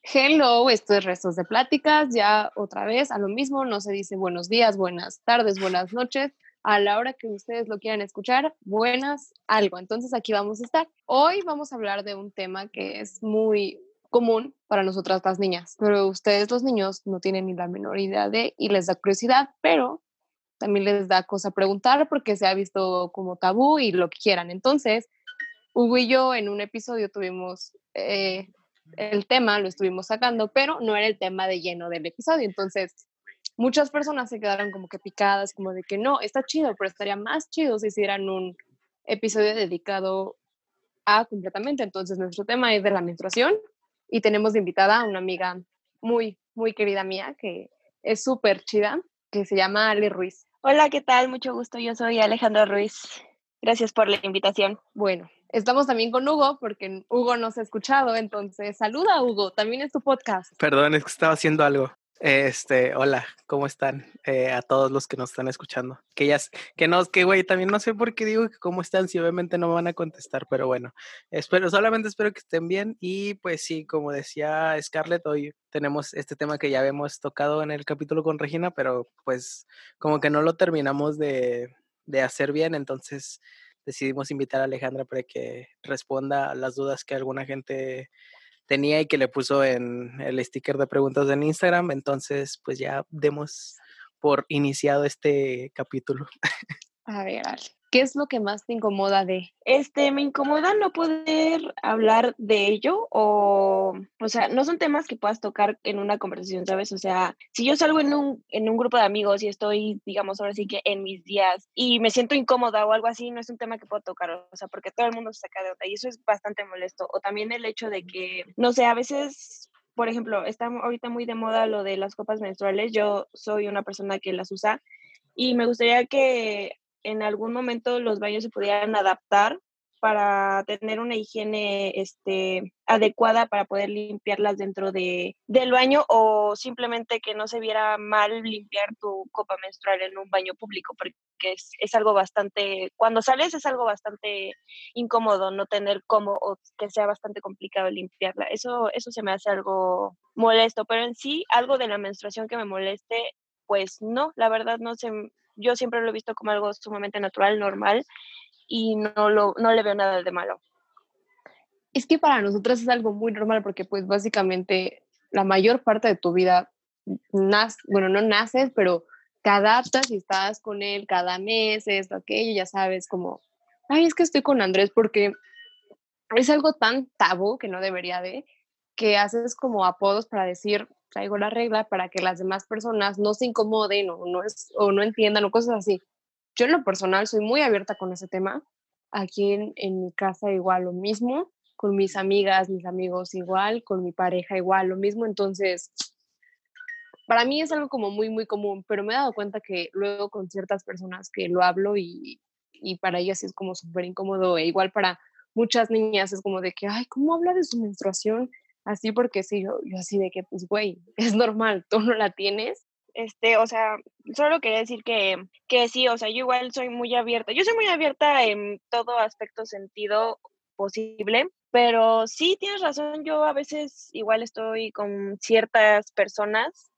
Hello, esto es Restos de Pláticas, ya otra vez a lo mismo, no se dice buenos días, buenas tardes, buenas noches, a la hora que ustedes lo quieran escuchar, buenas algo. Entonces aquí vamos a estar. Hoy vamos a hablar de un tema que es muy común para nosotras las niñas, pero ustedes los niños no tienen ni la menor idea de y les da curiosidad, pero también les da cosa preguntar porque se ha visto como tabú y lo que quieran. Entonces, Hugo y yo en un episodio tuvimos el tema, lo estuvimos sacando, pero no era el tema de lleno del episodio. Entonces, muchas personas se quedaron como que picadas, como de que no, está chido, pero estaría más chido si hicieran un episodio dedicado a completamente. Entonces, nuestro tema es de la menstruación y tenemos de invitada a una amiga muy, muy querida mía que es súper chida, que se llama Ale Ruiz. Hola, ¿qué tal? Mucho gusto. Yo soy Alejandra Ruiz. Gracias por la invitación. Bueno, estamos también con Hugo porque Hugo nos ha escuchado, entonces saluda Hugo, también es tu podcast. Perdón, es que estaba haciendo algo. Hola, ¿cómo están? A todos los que nos están escuchando. Que güey, también no sé por qué digo que cómo están, si obviamente no me van a contestar, pero bueno, solamente espero que estén bien. Y pues sí, como decía Scarlett, hoy tenemos este tema que ya habíamos tocado en el capítulo con Regina, pero pues como que no lo terminamos de hacer bien, entonces decidimos invitar a Alejandra para que responda a las dudas que alguna gente tenía y que le puso en el sticker de preguntas en Instagram. Entonces, pues ya demos por iniciado este capítulo. A ver, Ale, ¿qué es lo que más te incomoda de? Me incomoda no poder hablar de ello o sea, no son temas que puedas tocar en una conversación, ¿sabes? O sea, si yo salgo en un grupo de amigos y estoy, digamos, ahora sí que en mis días y me siento incómoda o algo así, no es un tema que puedo tocar, o sea, porque todo el mundo se saca de onda y eso es bastante molesto. O también el hecho de que, no sé, a veces, por ejemplo, está ahorita muy de moda lo de las copas menstruales. Yo soy una persona que las usa y me gustaría que en algún momento los baños se pudieran adaptar para tener una higiene adecuada para poder limpiarlas dentro del baño, o simplemente que no se viera mal limpiar tu copa menstrual en un baño público, porque es algo bastante, cuando sales es algo bastante incómodo no tener cómo, o que sea bastante complicado limpiarla. Eso se me hace algo molesto, pero en sí algo de la menstruación que me moleste, pues no, la verdad no sé, yo siempre lo he visto como algo sumamente natural, normal, y no le veo nada de malo. Es que para nosotras es algo muy normal porque pues básicamente la mayor parte de tu vida, bueno, no naces, pero te adaptas y estás con él cada mes, esto, aquello, ya sabes, como, ay, es que estoy con Andrés porque es algo tan tabú que no debería de, que haces como apodos para decir, traigo la regla para que las demás personas no se incomoden o no entiendan o cosas así. Yo en lo personal soy muy abierta con ese tema. Aquí en mi casa igual lo mismo, con mis amigas, mis amigos igual, con mi pareja igual lo mismo. Entonces, para mí es algo como muy, muy común, pero me he dado cuenta que luego con ciertas personas que lo hablo y para ellas es como súper incómodo, e igual para muchas niñas es como de que, ay, ¿cómo habla de su menstruación? Así porque sí, yo así de que, pues, güey, es normal, tú no la tienes. O sea, solo quería decir que sí, o sea, yo igual soy muy abierta. Yo soy muy abierta en todo aspecto, sentido posible, pero sí tienes razón, yo a veces igual estoy con ciertas personas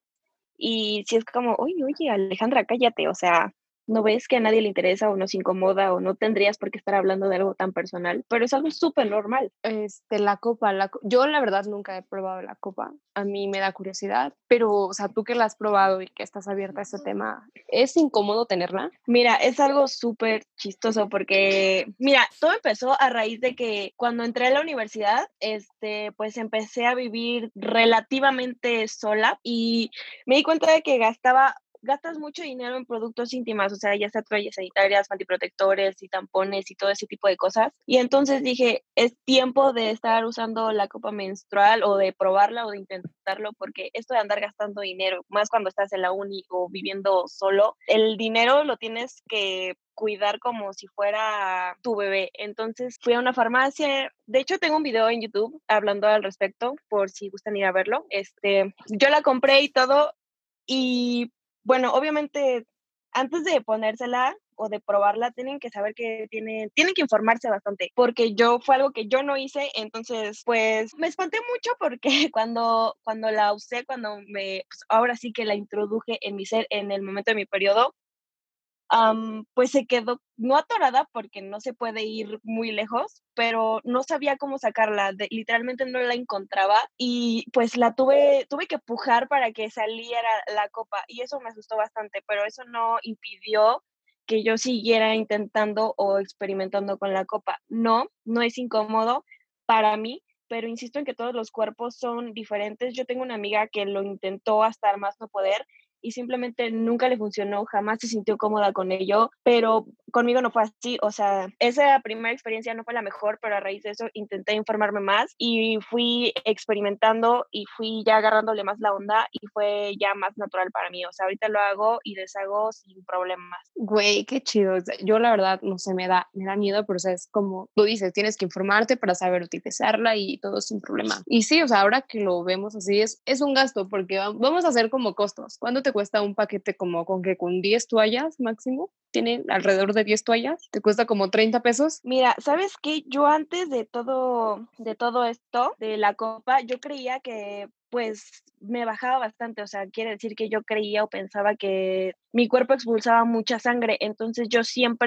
y sí es como, oye, oye, Alejandra, cállate, o sea, ¿no ves que a nadie le interesa o nos incomoda o no tendrías por qué estar hablando de algo tan personal? Pero es algo súper normal. La copa, yo la verdad nunca he probado la copa, a mí me da curiosidad, pero, o sea, tú que la has probado y que estás abierta a este tema, ¿es incómodo tenerla? Mira, es algo súper chistoso porque, mira, todo empezó a raíz de que cuando entré a la universidad, pues empecé a vivir relativamente sola y me di cuenta de que gastas mucho dinero en productos íntimos, o sea, ya sea toallas sanitarias, antiprotectores y tampones y todo ese tipo de cosas. Y entonces dije, es tiempo de estar usando la copa menstrual o de probarla o de intentarlo, porque esto de andar gastando dinero, más cuando estás en la uni o viviendo solo, el dinero lo tienes que cuidar como si fuera tu bebé. Entonces fui a una farmacia. De hecho, tengo un video en YouTube hablando al respecto, por si gustan ir a verlo. Yo la compré y todo, y bueno, obviamente, antes de ponérsela, o de probarla, tienen que saber que tienen que informarse bastante, porque fue algo que yo no hice, entonces pues me espanté mucho porque cuando la usé, pues, ahora sí que la introduje en mi ser en el momento de mi periodo, pues se quedó, no atorada porque no se puede ir muy lejos, pero no sabía cómo sacarla, literalmente no la encontraba y pues tuve que pujar para que saliera la copa y eso me asustó bastante, pero eso no impidió que yo siguiera intentando o experimentando con la copa. No es incómodo para mí, pero insisto en que todos los cuerpos son diferentes. Yo tengo una amiga que lo intentó hasta más no poder y simplemente nunca le funcionó, jamás se sintió cómoda con ello, pero conmigo no fue así, o sea, esa primera experiencia no fue la mejor, pero a raíz de eso intenté informarme más y fui experimentando y fui ya agarrándole más la onda y fue ya más natural para mí, o sea, ahorita lo hago y deshago sin problemas. Güey, qué chido. O sea, yo la verdad, no sé, me da miedo, pero o sea, es como tú dices, tienes que informarte para saber utilizarla y todo sin problema. Y sí, o sea, ahora que lo vemos así, es un gasto porque vamos a hacer como costos. ¿Cuánto te cuesta un paquete como con 10 toallas máximo? Tiene alrededor de 10 toallas. Te cuesta como 30 pesos. Mira, ¿sabes qué? Yo antes de todo esto, de la copa, yo creía que pues me bajaba bastante, o sea, quiere decir que yo creía o pensaba que mi cuerpo expulsaba mucha sangre, entonces yo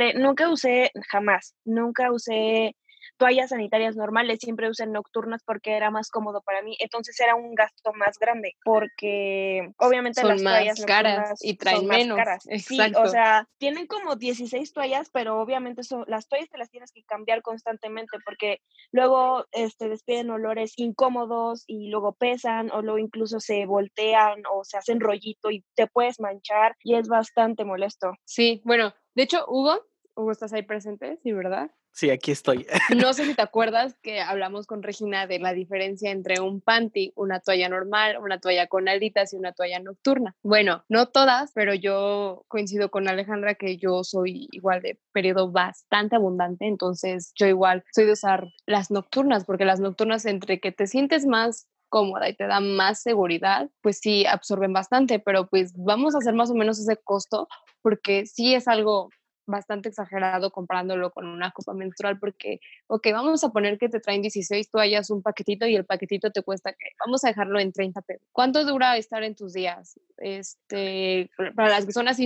nunca usé toallas sanitarias normales, siempre usé nocturnas porque era más cómodo para mí, entonces era un gasto más grande, porque obviamente Son las toallas más caras y nocturnas traen son más menos. caras. Sí, o Exacto. sea, tienen como 16 toallas, pero obviamente las toallas te las tienes que cambiar constantemente porque luego despiden olores incómodos y luego pesan o luego incluso se voltean o se hacen rollito y te puedes manchar y es bastante molesto. Sí, bueno, de hecho, Hugo, ¿estás ahí presente? Sí, ¿verdad? Sí, aquí estoy. No sé si te acuerdas que hablamos con Regina de la diferencia entre un panty, una toalla normal, una toalla con alitas y una toalla nocturna. Bueno, no todas, pero yo coincido con Alejandra que yo soy igual de periodo bastante abundante, entonces yo igual soy de usar las nocturnas, porque las nocturnas entre que te sientes más cómoda y te da más seguridad, pues sí absorben bastante, pero pues vamos a hacer más o menos ese costo, porque sí es algo bastante exagerado comparándolo con una copa menstrual porque, ok, vamos a poner que te traen 16 toallas, un paquetito y el paquetito te cuesta, que vamos a dejarlo en 30 pesos. ¿Cuánto dura estar en tus días? Para las que son así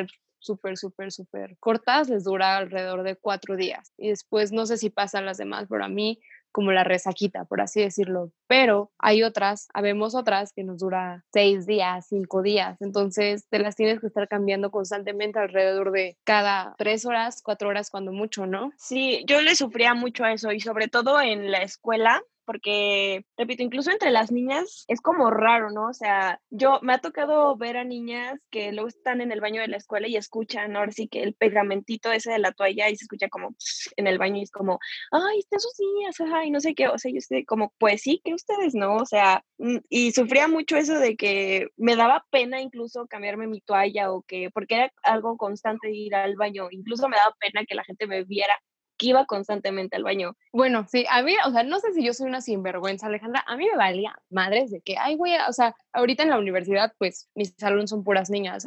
súper cortas, les dura alrededor de 4 días. Y después no sé si pasan las demás, pero a mí como la resaquita, por así decirlo. Pero habemos otras que nos dura 6 días, 5 días. Entonces te las tienes que estar cambiando constantemente alrededor de cada 3 horas, 4 horas, cuando mucho, ¿no? Sí, yo le sufría mucho a eso y sobre todo en la escuela, porque, repito, incluso entre las niñas es como raro, ¿no? O sea, me ha tocado ver a niñas que luego están en el baño de la escuela y escuchan ahora sí que el pegamentito ese de la toalla y se escucha como en el baño y es como, ay, está sus niñas, ajá, y no sé qué, o sea, yo estoy como, pues sí, que ustedes no, o sea, y sufría mucho eso de que me daba pena incluso cambiarme mi toalla porque era algo constante de ir al baño, incluso me daba pena que la gente me viera que iba constantemente al baño. Bueno, sí, a mí, o sea, no sé si yo soy una sinvergüenza, Alejandra, a mí me valía madres de que, ay, güey, o sea, ahorita en la universidad, pues, mis salones son puras niñas,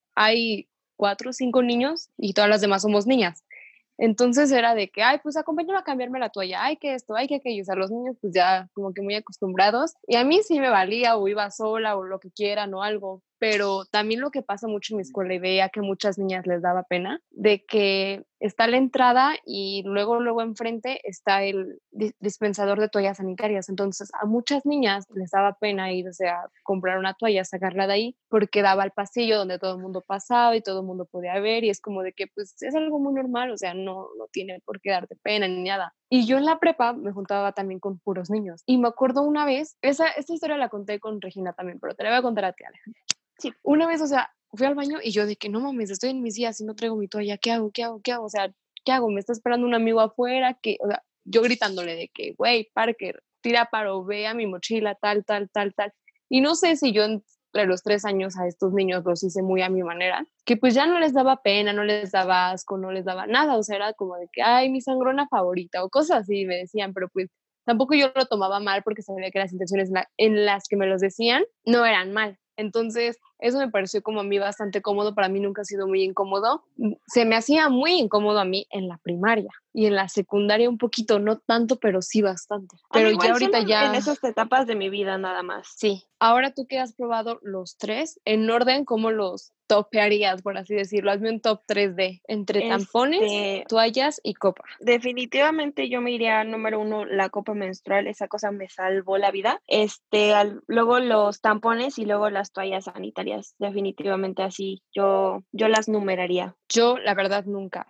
hay 4 o 5 niños y todas las demás somos niñas. Entonces era de que, ay, pues acompáñame a cambiarme la toalla, ay, que esto, ay, que aquello, o sea, los niños pues ya como que muy acostumbrados y a mí sí me valía o iba sola o lo que quieran o algo, pero también lo que pasa mucho en mi escuela y veía que muchas niñas les daba pena, de que está la entrada y luego enfrente está el dispensador de toallas sanitarias, entonces a muchas niñas les daba pena irse a comprar una toalla, sacarla de ahí, porque daba al pasillo donde todo el mundo pasaba y todo el mundo podía ver y es como de que pues es algo muy normal, o sea, no tiene por qué darte pena ni nada. Y yo en la prepa me juntaba también con puros niños y me acuerdo una vez, esta historia la conté con Regina también, pero te la voy a contar a ti, Alejandra. Sí, una vez, o sea, fui al baño y yo de que no mames, estoy en mis días y no traigo mi toalla, ¿qué hago? ¿Qué hago? ¿Qué hago? O sea, ¿qué hago? Me está esperando un amigo afuera, o sea, yo gritándole de que, güey, Parker, tira paro, ve a mi mochila, tal, tal, tal, tal. Y no sé si yo entre los 3 años a estos niños los hice muy a mi manera, que pues ya no les daba pena, no les daba asco, no les daba nada, o sea, era como de que, ay, mi sangrona favorita o cosas así, me decían, pero pues tampoco yo lo tomaba mal porque sabía que las intenciones en las que me los decían no eran mal. Entonces, Eso me pareció como a mí bastante cómodo, para mí nunca ha sido muy incómodo. Se me hacía muy incómodo a mí en la primaria y en la secundaria un poquito, no tanto, pero sí bastante. A mí Pero igual ya solo ahorita en ya, esas etapas de mi vida nada más. sí. Ahora tú que has probado los 3, en orden, ¿cómo los topearías, por así decirlo? Hazme un top 3D entre tampones, toallas y copa. Definitivamente yo me iría número 1, la copa menstrual, esa cosa me salvó la vida. Luego los tampones y luego las toallas sanitarias, definitivamente así, yo las numeraría. Yo, la verdad, nunca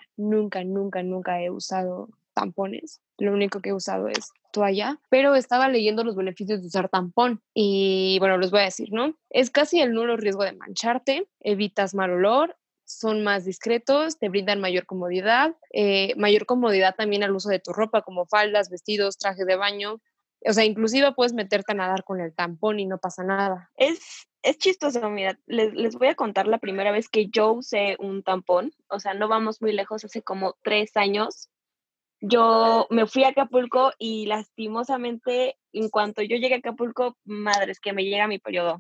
he usado tampones. Lo único que he usado es toalla, pero estaba leyendo los beneficios de usar tampón y bueno, les voy a decir, ¿no? Es casi el nulo riesgo de mancharte, evitas mal olor, son más discretos, te brindan mayor comodidad también al uso de tu ropa, como faldas, vestidos, traje de baño. O sea, inclusive puedes meterte a nadar con el tampón y no pasa nada. Es chistoso, mira, les voy a contar la primera vez que yo usé un tampón, o sea, no vamos muy lejos, hace como 3 años. Yo me fui a Acapulco y lastimosamente, en cuanto yo llegué a Acapulco, madres, que me llega mi periodo.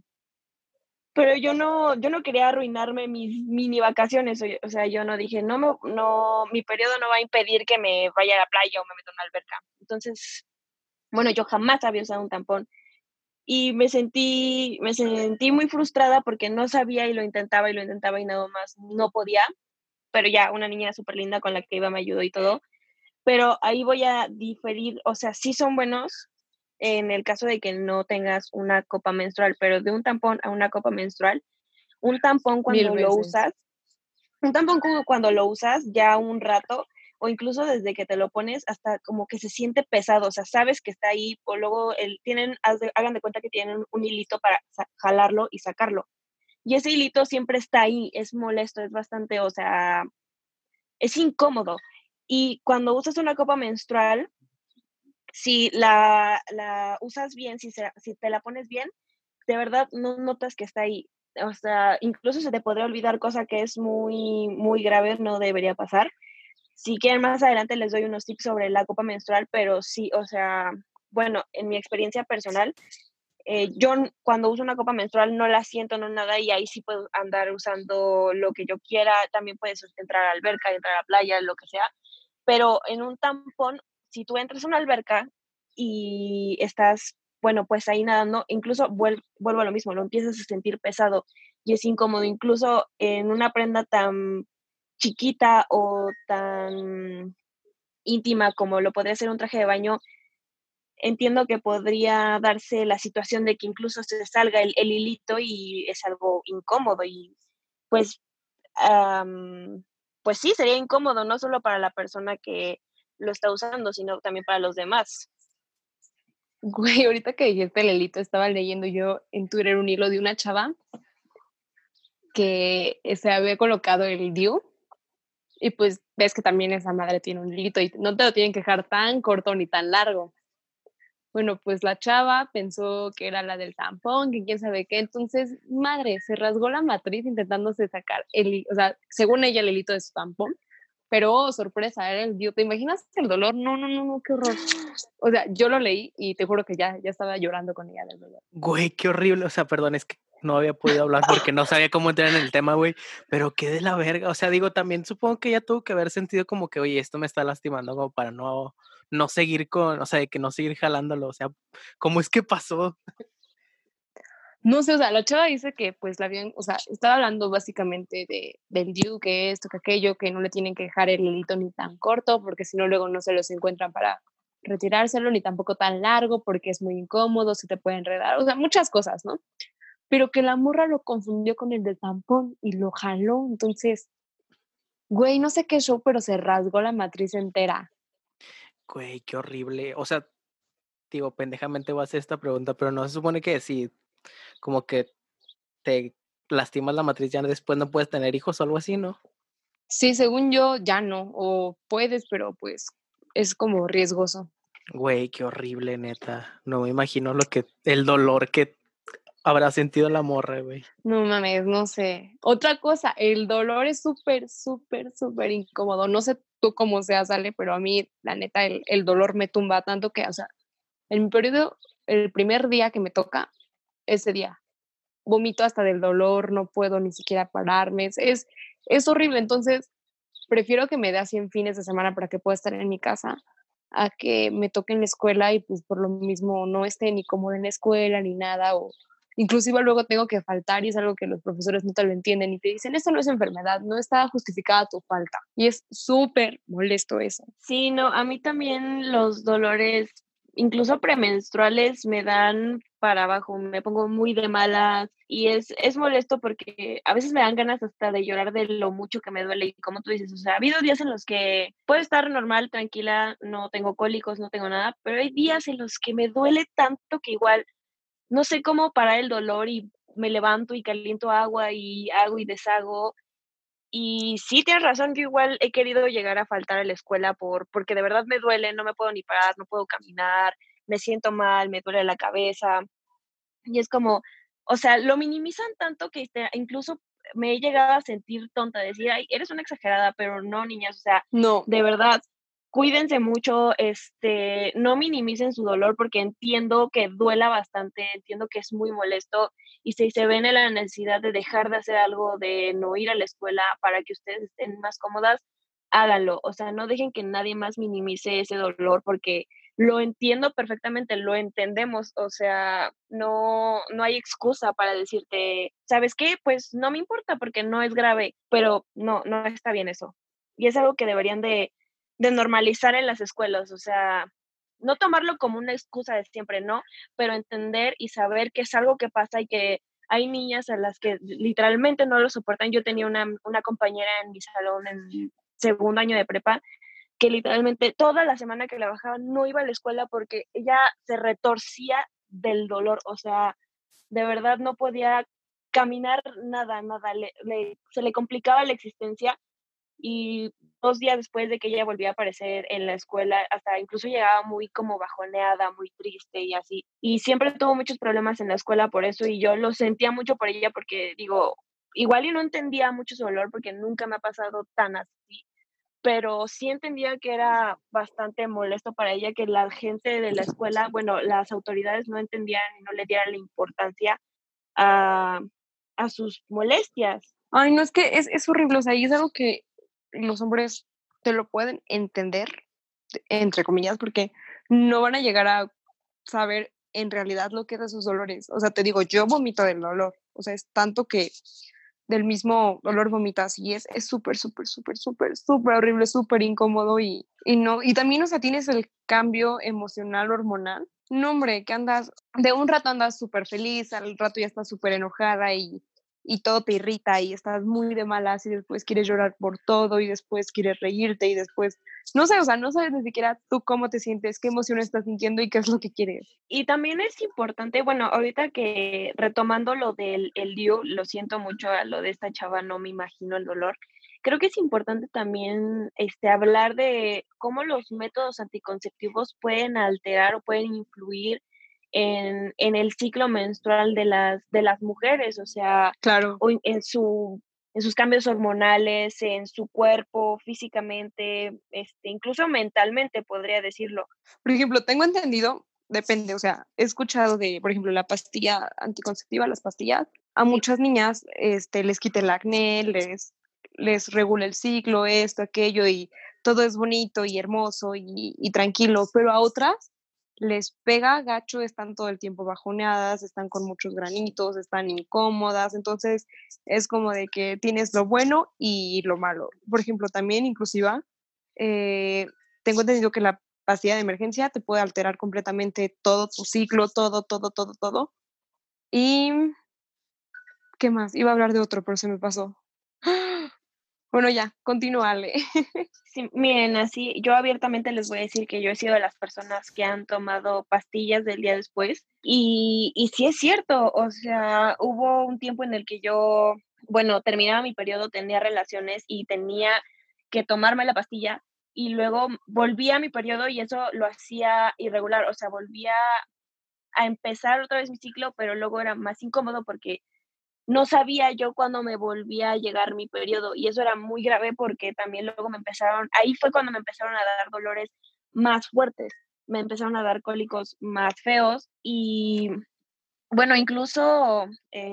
Pero yo no quería arruinarme mis mini vacaciones, o sea, yo no dije, mi periodo no va a impedir que me vaya a la playa o me meta a una alberca. Entonces, bueno, yo jamás había usado un tampón y me sentí muy frustrada porque no sabía y lo intentaba y nada más no podía, pero ya una niña súper linda con la que iba me ayudó y todo. Pero ahí voy a diferir, o sea, sí son buenos en el caso de que no tengas una copa menstrual, pero de un tampón a una copa menstrual, un tampón 1000 cuando lo veces. usas, un tampón cuando lo usas ya un rato, o incluso desde que te lo pones hasta como que se siente pesado, o sea, sabes que está ahí, o luego hagan de cuenta que tienen un hilito para jalarlo y sacarlo. Y ese hilito siempre está ahí, es molesto, es bastante, o sea, es incómodo. Y cuando usas una copa menstrual, si la usas bien, si te la pones bien, de verdad no notas que está ahí. O sea, incluso se te podría olvidar, cosa que es muy, muy grave, no debería pasar. Si quieren, más adelante les doy unos tips sobre la copa menstrual, pero sí, o sea, bueno, en mi experiencia personal, yo cuando uso una copa menstrual no la siento, no nada, y ahí sí puedo andar usando lo que yo quiera. También puedes entrar a la alberca, entrar a la playa, lo que sea. Pero en un tampón, si tú entras a una alberca y estás, bueno, pues ahí nadando, incluso vuelvo a lo mismo, lo empiezas a sentir pesado y es incómodo, incluso en una prenda tan chiquita o tan íntima como lo podría ser un traje de baño. Entiendo que podría darse la situación de que incluso se salga el hilito y es algo incómodo y pues, pues sí, sería incómodo, no solo para la persona que lo está usando, sino también para los demás. Güey, ahorita que dijiste el hilito, estaba leyendo yo en Twitter un hilo de una chava que se había colocado el DIU y pues ves que también esa madre tiene un hilito y no te lo tienen que dejar tan corto ni tan largo. Bueno, pues la chava pensó que era la del tampón, que quién sabe qué, entonces, madre, se rasgó la matriz intentándose sacar o sea, según ella el hilito de su tampón, pero oh, sorpresa, era el DIU. ¿Te imaginas el dolor? No, qué horror. O sea, yo lo leí y te juro que ya estaba llorando con ella del dolor. Güey, qué horrible. O sea, perdón, es que no había podido hablar porque no sabía cómo entrar en el tema, güey. Pero qué de la verga. O sea, digo, también supongo que ella tuvo que haber sentido como que, oye, esto me está lastimando, como para no seguir o sea, de que no seguir jalándolo. O sea, ¿cómo es que pasó? No sé, o sea, la chava dice que pues o sea, estaba hablando básicamente del DIU, que esto, que aquello, que no le tienen que dejar el hilito ni tan corto, porque si no luego no se los encuentran para retirárselo, ni tampoco tan largo, porque es muy incómodo, se te puede enredar, o sea, muchas cosas, ¿no? Pero que la morra lo confundió con el del tampón y lo jaló, entonces, güey, no sé qué show, pero se rasgó la matriz entera. Güey, qué horrible. O sea, digo, pendejamente voy a hacer esta pregunta, pero no se supone que si como que te lastimas la matriz ya después no puedes tener hijos o algo así, ¿no? Sí, según yo, ya no, o puedes, pero pues es como riesgoso. Güey, qué horrible, neta. No me imagino el dolor que habrá sentido la morra, güey. No mames, no sé. Otra cosa, el dolor es súper incómodo. No sé tú cómo sea, sale, pero a mí, la neta, el dolor me tumba tanto que, o sea, en mi periodo, el primer día que me toca, ese día, vomito hasta del dolor, no puedo ni siquiera pararme, es horrible, entonces prefiero que me dé así en fines de semana para que pueda estar en mi casa, a que me toque en la escuela y pues por lo mismo no esté ni cómoda en la escuela ni nada, o inclusive luego tengo que faltar y es algo que los profesores no te lo entienden y te dicen, esto no es enfermedad, no está justificada tu falta. Y es súper molesto eso. Sí, no, a mí también los dolores, incluso premenstruales, me dan para abajo, me pongo muy de malas y es molesto porque a veces me dan ganas hasta de llorar de lo mucho que me duele y como tú dices, o sea, ha habido días en los que puedo estar normal, tranquila, no tengo cólicos, no tengo nada, pero hay días en los que me duele tanto que igual no sé cómo parar el dolor y me levanto y caliento agua y hago y deshago. Y sí, tienes razón, yo igual he querido llegar a faltar a la escuela porque de verdad me duele, no me puedo ni parar, no puedo caminar, me siento mal, me duele la cabeza. Y es como, o sea, lo minimizan tanto que incluso me he llegado a sentir tonta, decir, ay, eres una exagerada, pero no, niñas, o sea, No, de verdad, cuídense mucho, no minimicen su dolor porque entiendo que duela bastante, entiendo que es muy molesto y si se ven en la necesidad de dejar de hacer algo, de no ir a la escuela para que ustedes estén más cómodas, háganlo, o sea, no dejen que nadie más minimice ese dolor porque lo entiendo perfectamente, lo entendemos, o sea, no hay excusa para decirte, ¿sabes qué? Pues no me importa porque no es grave, pero no está bien eso. Y es algo que deberían de normalizar en las escuelas, o sea, no tomarlo como una excusa de siempre, no, pero entender y saber que es algo que pasa y que hay niñas a las que literalmente no lo soportan. Yo tenía una compañera en mi salón en segundo año de prepa que literalmente toda la semana que la bajaba no iba a la escuela porque ella se retorcía del dolor, o sea, de verdad no podía caminar nada, se le complicaba la existencia y 2 días después de que ella volvía a aparecer en la escuela, hasta incluso llegaba muy como bajoneada, muy triste y así. Y siempre tuvo muchos problemas en la escuela por eso, y yo lo sentía mucho por ella porque, digo, igual y no entendía mucho su dolor porque nunca me ha pasado tan así, pero sí entendía que era bastante molesto para ella que la gente de la escuela, bueno, las autoridades no entendían y no le dieran la importancia a sus molestias. ay, no, es que es horrible, o sea, y es algo que los hombres te lo pueden entender, entre comillas, porque no van a llegar a saber en realidad lo que es de sus dolores. O sea, te digo, yo vomito del dolor, o sea, es tanto que del mismo dolor vomitas y es súper, súper, súper, súper, súper horrible, súper incómodo y no, y también, o sea, tienes el cambio emocional, hormonal. No, hombre, que andas, de un rato andas súper feliz, al rato ya estás súper enojada y todo te irrita y estás muy de malas y después quieres llorar por todo y después quieres reírte y después, no sé, o sea, no sabes ni siquiera tú cómo te sientes, qué emoción estás sintiendo y qué es lo que quieres. Y también es importante, bueno, ahorita que retomando lo del el DIU, lo siento mucho a lo de esta chava, no me imagino el dolor. Creo que es importante también hablar de cómo los métodos anticonceptivos pueden alterar o pueden influir en el ciclo menstrual de las mujeres, o sea, Claro. o en sus cambios hormonales, en su cuerpo, físicamente, incluso mentalmente, podría decirlo. Por ejemplo, tengo entendido, depende, o sea, he escuchado de, por ejemplo, la pastilla anticonceptiva, las pastillas, a Sí. muchas niñas les quita el acné, les regula el ciclo, esto, aquello, y todo es bonito y hermoso y tranquilo, pero a otras les pega gacho, están todo el tiempo bajoneadas, están con muchos granitos, están incómodas, entonces es como de que tienes lo bueno y lo malo. Por ejemplo, también inclusiva, eh, tengo entendido que la pastilla de emergencia te puede alterar completamente todo tu ciclo, todo, todo, todo, todo. Y, ¿qué más? Iba a hablar de otro, pero se me pasó. Bueno, ya, continúale. Sí, miren, así, yo abiertamente les voy a decir que yo he sido de las personas que han tomado pastillas del día después y sí es cierto, o sea, hubo un tiempo en el que yo, bueno, terminaba mi periodo, tenía relaciones y tenía que tomarme la pastilla y luego volvía a mi periodo y eso lo hacía irregular, o sea, volvía a empezar otra vez mi ciclo, pero luego era más incómodo porque no sabía yo cuándo me volvía a llegar mi periodo y eso era muy grave porque también luego ahí fue cuando me empezaron a dar dolores más fuertes, me empezaron a dar cólicos más feos y bueno, incluso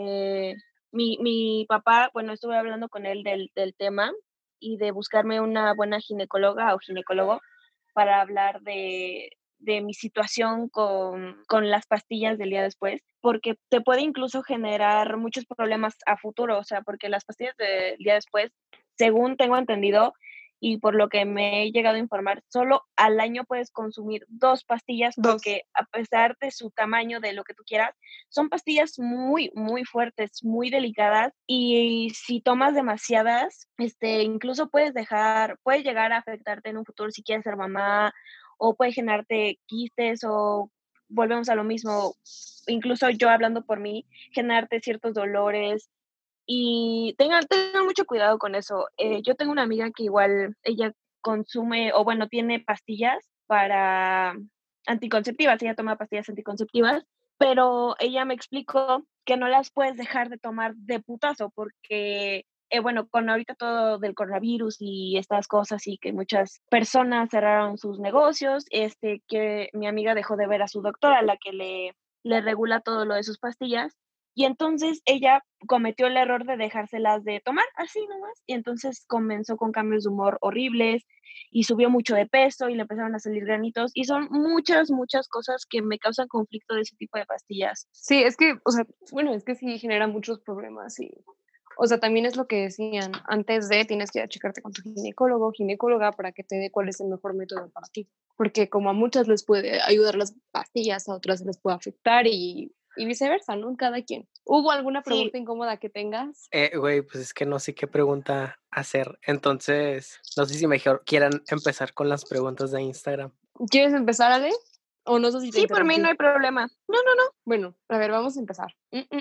mi papá, bueno, estuve hablando con él del tema y de buscarme una buena ginecóloga o ginecólogo para hablar de mi situación con las pastillas del día después, porque te puede incluso generar muchos problemas a futuro, o sea, porque las pastillas del día después, según tengo entendido y por lo que me he llegado a informar, solo al año puedes consumir 2 pastillas porque a pesar de su tamaño, de lo que tú quieras, son pastillas muy, muy fuertes, muy delicadas y si tomas demasiadas, incluso puede llegar a afectarte en un futuro si quieres ser mamá o puede generarte quistes o volvemos a lo mismo, incluso yo hablando por mí, generarte ciertos dolores y tengan mucho cuidado con eso. Yo tengo una amiga que igual ella consume o bueno, tiene pastillas para anticonceptivas, ella toma pastillas anticonceptivas, pero ella me explicó que no las puedes dejar de tomar de putazo porque, bueno, con ahorita todo del coronavirus y estas cosas y que muchas personas cerraron sus negocios, que mi amiga dejó de ver a su doctora, la que le regula todo lo de sus pastillas, y entonces ella cometió el error de dejárselas de tomar así nomás, y entonces comenzó con cambios de humor horribles y subió mucho de peso y le empezaron a salir granitos y son muchas, muchas cosas que me causan conflicto de ese tipo de pastillas. Sí, es que, o sea, bueno, es que sí genera muchos problemas y, o sea, también es lo que decían, antes de tienes que ir a checarte con tu ginecólogo, ginecóloga para que te dé cuál es el mejor método para ti, porque como a muchas les puede ayudar las pastillas, a otras les puede afectar y viceversa, ¿no? Cada quien. ¿Hubo alguna pregunta incómoda que tengas? Güey, pues es que no sé qué pregunta hacer. Entonces, no sé si mejor quieran empezar con las preguntas de Instagram. ¿Quieres empezar, Ale? O no sé si te Sí, por mí interrumpí. no hay problema. No. Bueno, a ver, vamos a empezar.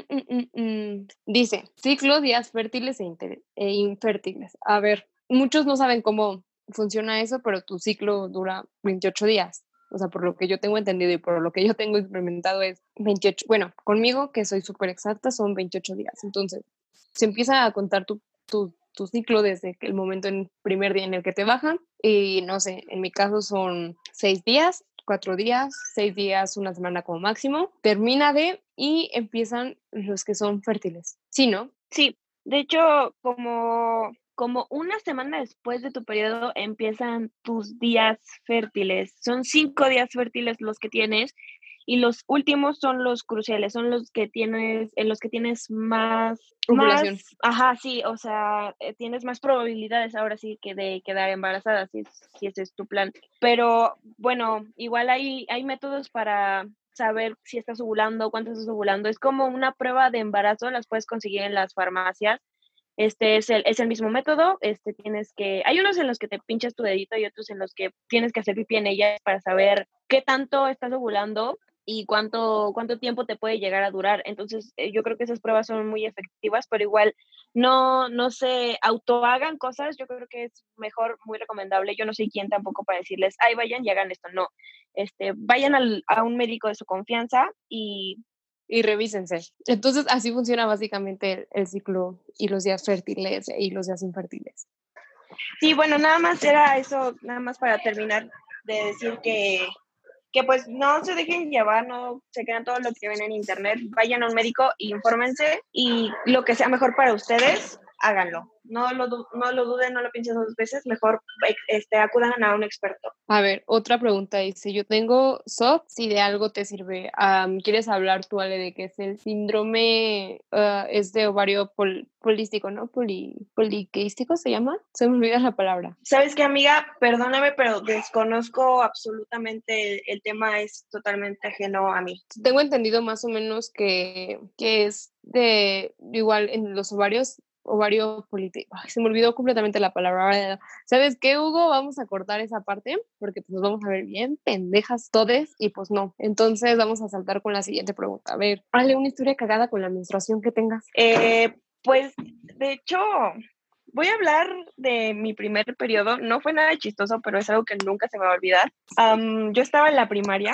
Dice, ciclo, días fértiles e infértiles. A ver, muchos no saben cómo funciona eso, pero tu ciclo dura 28 días. O sea, por lo que yo tengo entendido y por lo que yo tengo experimentado es 28. Bueno, conmigo, que soy súper exacta, son 28 días. Entonces, se empieza a contar tu ciclo desde el momento en el primer día en el que te bajan. Y no sé, en mi caso son 6 días, 4 días, 6 días, una semana como máximo. Termina y empiezan los que son fértiles. ¿Sí, no? Sí, de hecho, como una semana después de tu periodo empiezan tus días fértiles. Son 5 días fértiles los que tienes y los últimos son los cruciales, son los que tienes, en los que tienes Ovulación. ajá, sí, o sea, tienes más probabilidades ahora sí que de quedar embarazada, si ese es tu plan. Pero bueno, igual hay métodos para saber si estás ovulando, cuánto estás ovulando. Es como una prueba de embarazo, las puedes conseguir en las farmacias. Es el mismo método, hay unos en los que te pinchas tu dedito y otros en los que tienes que hacer pipí en ellas para saber qué tanto estás ovulando y cuánto tiempo te puede llegar a durar. Entonces, yo creo que esas pruebas son muy efectivas, pero igual no se autohagan cosas, yo creo que es mejor, muy recomendable. Yo no soy quien tampoco para decirles, ay, vayan y hagan esto, no. Vayan a un médico de su confianza y revísense. Entonces, así funciona básicamente el ciclo y los días fértiles y los días infértiles. Sí, bueno, nada más era eso, nada más para terminar de decir que pues no se dejen llevar, no se crean todo lo que ven en internet, vayan a un médico, infórmense y lo que sea mejor para ustedes, háganlo. No lo duden, no lo piensen 2 veces, mejor acudan a un experto. A ver, otra pregunta dice, yo tengo SOP, si de algo te sirve. ¿Quieres hablar tú, Ale, de qué es el síndrome, es de ovario polístico, ¿no? Poliquístico se llama, se me olvida la palabra. ¿Sabes qué, amiga? Perdóname, pero desconozco absolutamente el tema, es totalmente ajeno a mí. Tengo entendido más o menos que es de igual en los ovarios, ovario político. Se me olvidó completamente la palabra. ¿Sabes qué, Hugo? Vamos a cortar esa parte porque pues nos vamos a ver bien pendejas todes y pues no. Entonces vamos a saltar con la siguiente pregunta. A ver, hazle una historia cagada con la menstruación que tengas. Pues, de hecho, voy a hablar de mi primer periodo. No fue nada chistoso, pero es algo que nunca se me va a olvidar. Yo estaba en la primaria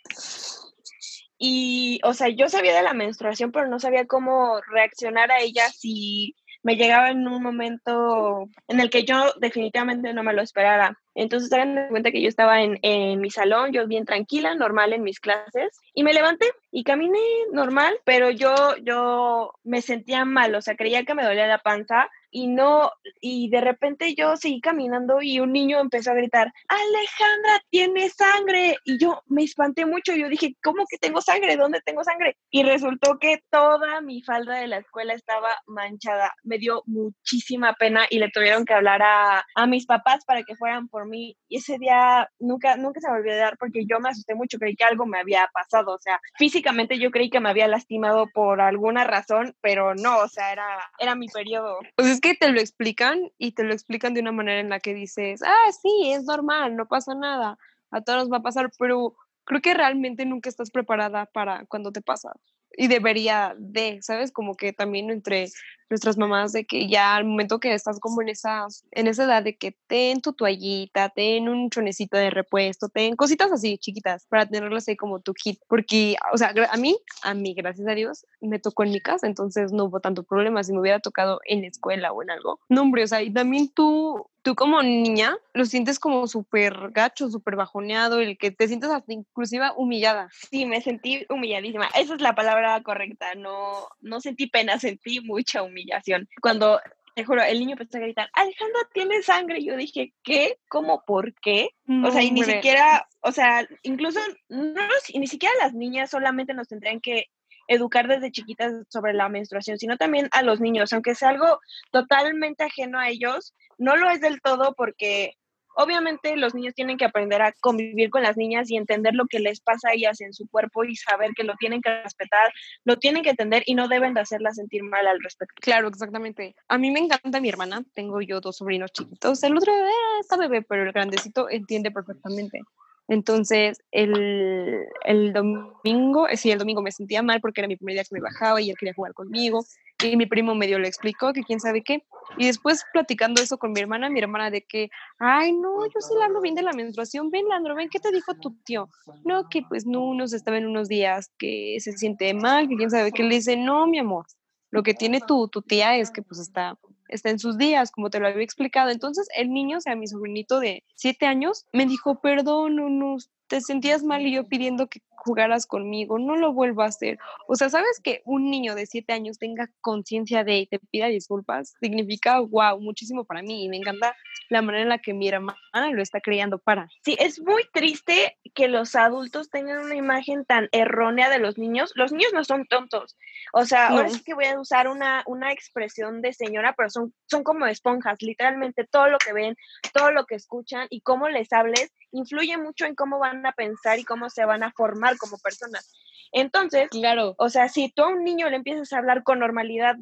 y, o sea, yo sabía de la menstruación, pero no sabía cómo reaccionar a ella si me llegaba en un momento en el que yo definitivamente no me lo esperara. Entonces, hagan de cuenta que yo estaba en mi salón, yo bien tranquila, normal en mis clases, y me levanté y caminé normal, pero yo me sentía mal, o sea, creía que me dolía la panza y no, y de repente yo seguí caminando y un niño empezó a gritar, Alejandra, tiene sangre. Y yo me espanté mucho, yo dije, ¿cómo que tengo sangre? ¿Dónde tengo sangre? Y resultó que toda mi falda de la escuela estaba manchada. Me dio muchísima pena y le tuvieron que hablar a mis papás para que fueran por mí. Y ese día nunca se me olvidó dar porque yo me asusté mucho, creí que algo me había pasado. O sea, físicamente yo creí que me había lastimado por alguna razón, pero no, o sea, era mi periodo. Pues es que te lo explican y te lo explican de una manera en la que dices, ah, sí, es normal, no pasa nada, a todos nos va a pasar, pero creo que realmente nunca estás preparada para cuando te pasa. Y debería de, ¿sabes? Como que también entre nuestras mamás de que ya al momento que estás como en esa edad de que ten tu toallita, ten un chonecito de repuesto, ten cositas así chiquitas para tenerlas ahí como tu kit, porque, o sea, a mí, gracias a Dios, me tocó en mi casa, entonces no hubo tanto problema. Si me hubiera tocado en la escuela o en algo, no, hombre, o sea, y también tú como niña lo sientes como súper gacho, súper bajoneado, el que te sientes hasta inclusive humillada. Sí, me sentí humilladísima. Esa es la palabra correcta. No sentí pena, sentí mucha humillación. Cuando, te juro, el niño empezó a gritar, Alejandra tiene sangre. Yo dije, ¿qué? ¿Cómo? ¿Por qué? No, O sea, y ni hombre. siquiera, o sea, incluso ni siquiera las niñas solamente nos tendrían que educar desde chiquitas sobre la menstruación, sino también a los niños, aunque sea algo totalmente ajeno a ellos, no lo es del todo porque obviamente los niños tienen que aprender a convivir con las niñas y entender lo que les pasa a ellas en su cuerpo y saber que lo tienen que respetar, lo tienen que entender y no deben de hacerlas sentir mal al respecto. Claro, exactamente. A mí me encanta mi hermana. Tengo yo 2 sobrinos chiquitos. El otro está bebé, pero el grandecito entiende perfectamente. Entonces, el domingo, sí, el domingo me sentía mal porque era mi primer día que me bajaba y él quería jugar conmigo. Y mi primo medio le explicó que quién sabe qué. Y después platicando eso con mi hermana de que, ay, no, yo sí le hablo bien de la menstruación. Ven, Landro, ven, ¿qué te dijo tu tío? No, que pues no, unos estaba en unos días que se siente mal, que quién sabe qué. Le dice, no, mi amor, lo que tiene tu tía es que pues está en sus días, como te lo había explicado. Entonces el niño, o sea, mi sobrinito de 7 años, me dijo, perdón, no, te sentías mal y yo pidiendo que jugaras conmigo, no lo vuelvo a hacer. O sea, ¿sabes que un niño de 7 años tenga conciencia de y te pida disculpas? Significa, wow, muchísimo para mí y me encanta la manera en la que mi hermana lo está creando para. Sí, es muy triste que los adultos tengan una imagen tan errónea de los niños. Los niños no son tontos. O sea, No. ahora sí que voy a usar una expresión de señora, pero son como esponjas. Literalmente todo lo que ven, todo lo que escuchan y cómo les hables influye mucho en cómo van a pensar y cómo se van a formar como personas. Entonces, Claro. o sea, si tú a un niño le empiezas a hablar con normalidad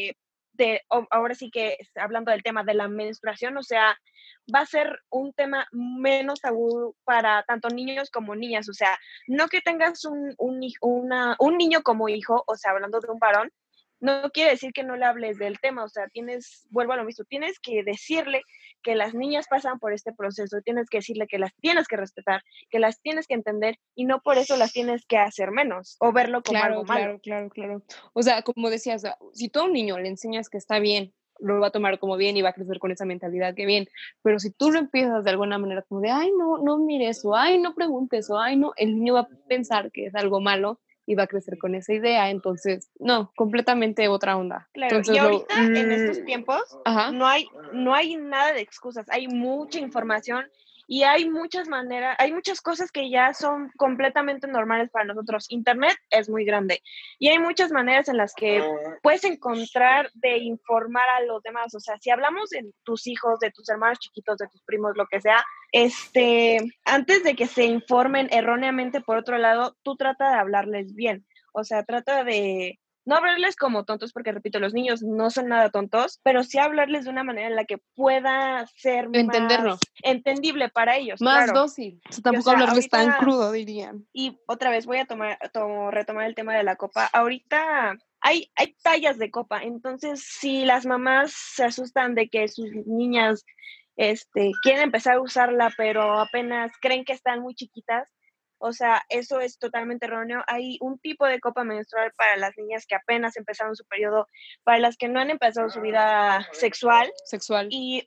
ahora sí que hablando del tema de la menstruación, o sea, va a ser un tema menos tabú para tanto niños como niñas. O sea, no que tengas un niño como hijo, o sea, hablando de un varón, no quiere decir que no le hables del tema. O sea, vuelvo a lo mismo, tienes que decirle que las niñas pasan por este proceso, tienes que decirle que las tienes que respetar, que las tienes que entender y no por eso las tienes que hacer menos o verlo como algo malo. Claro. O sea, como decías, si tú a un niño le enseñas que está bien, lo va a tomar como bien y va a crecer con esa mentalidad que bien, pero si tú lo empiezas de alguna manera como de, ay, no mires o ay, no preguntes o ay, no, el niño va a pensar que es algo malo y va a crecer con esa idea, entonces, no, completamente otra onda. Claro, y Entonces, ahorita en estos tiempos ajá, no hay nada de excusas, hay mucha información y hay muchas maneras, hay muchas cosas que ya son completamente normales para nosotros. Internet es muy grande y hay muchas maneras en las que puedes encontrar de informar a los demás. O sea, si hablamos de tus hijos, de tus hermanos chiquitos, de tus primos, lo que sea, antes de que se informen erróneamente por otro lado, tú trata de hablarles bien. O sea, trata de no hablarles como tontos, porque repito, los niños no son nada tontos, pero sí hablarles de una manera en la que pueda ser entenderlo, más entendible para ellos, más claro. dócil, o sea, Y, o tampoco sea, hablarles tan ahorita, crudo, dirían. y otra vez voy a retomar el tema de la copa. Ahorita hay tallas de copa, entonces si las mamás se asustan de que sus niñas quieren empezar a usarla, pero apenas creen que están muy chiquitas, o sea, eso es totalmente erróneo. Hay un tipo de copa menstrual para las niñas que apenas empezaron su periodo, para las que no han empezado su vida sexual. Sexual. Y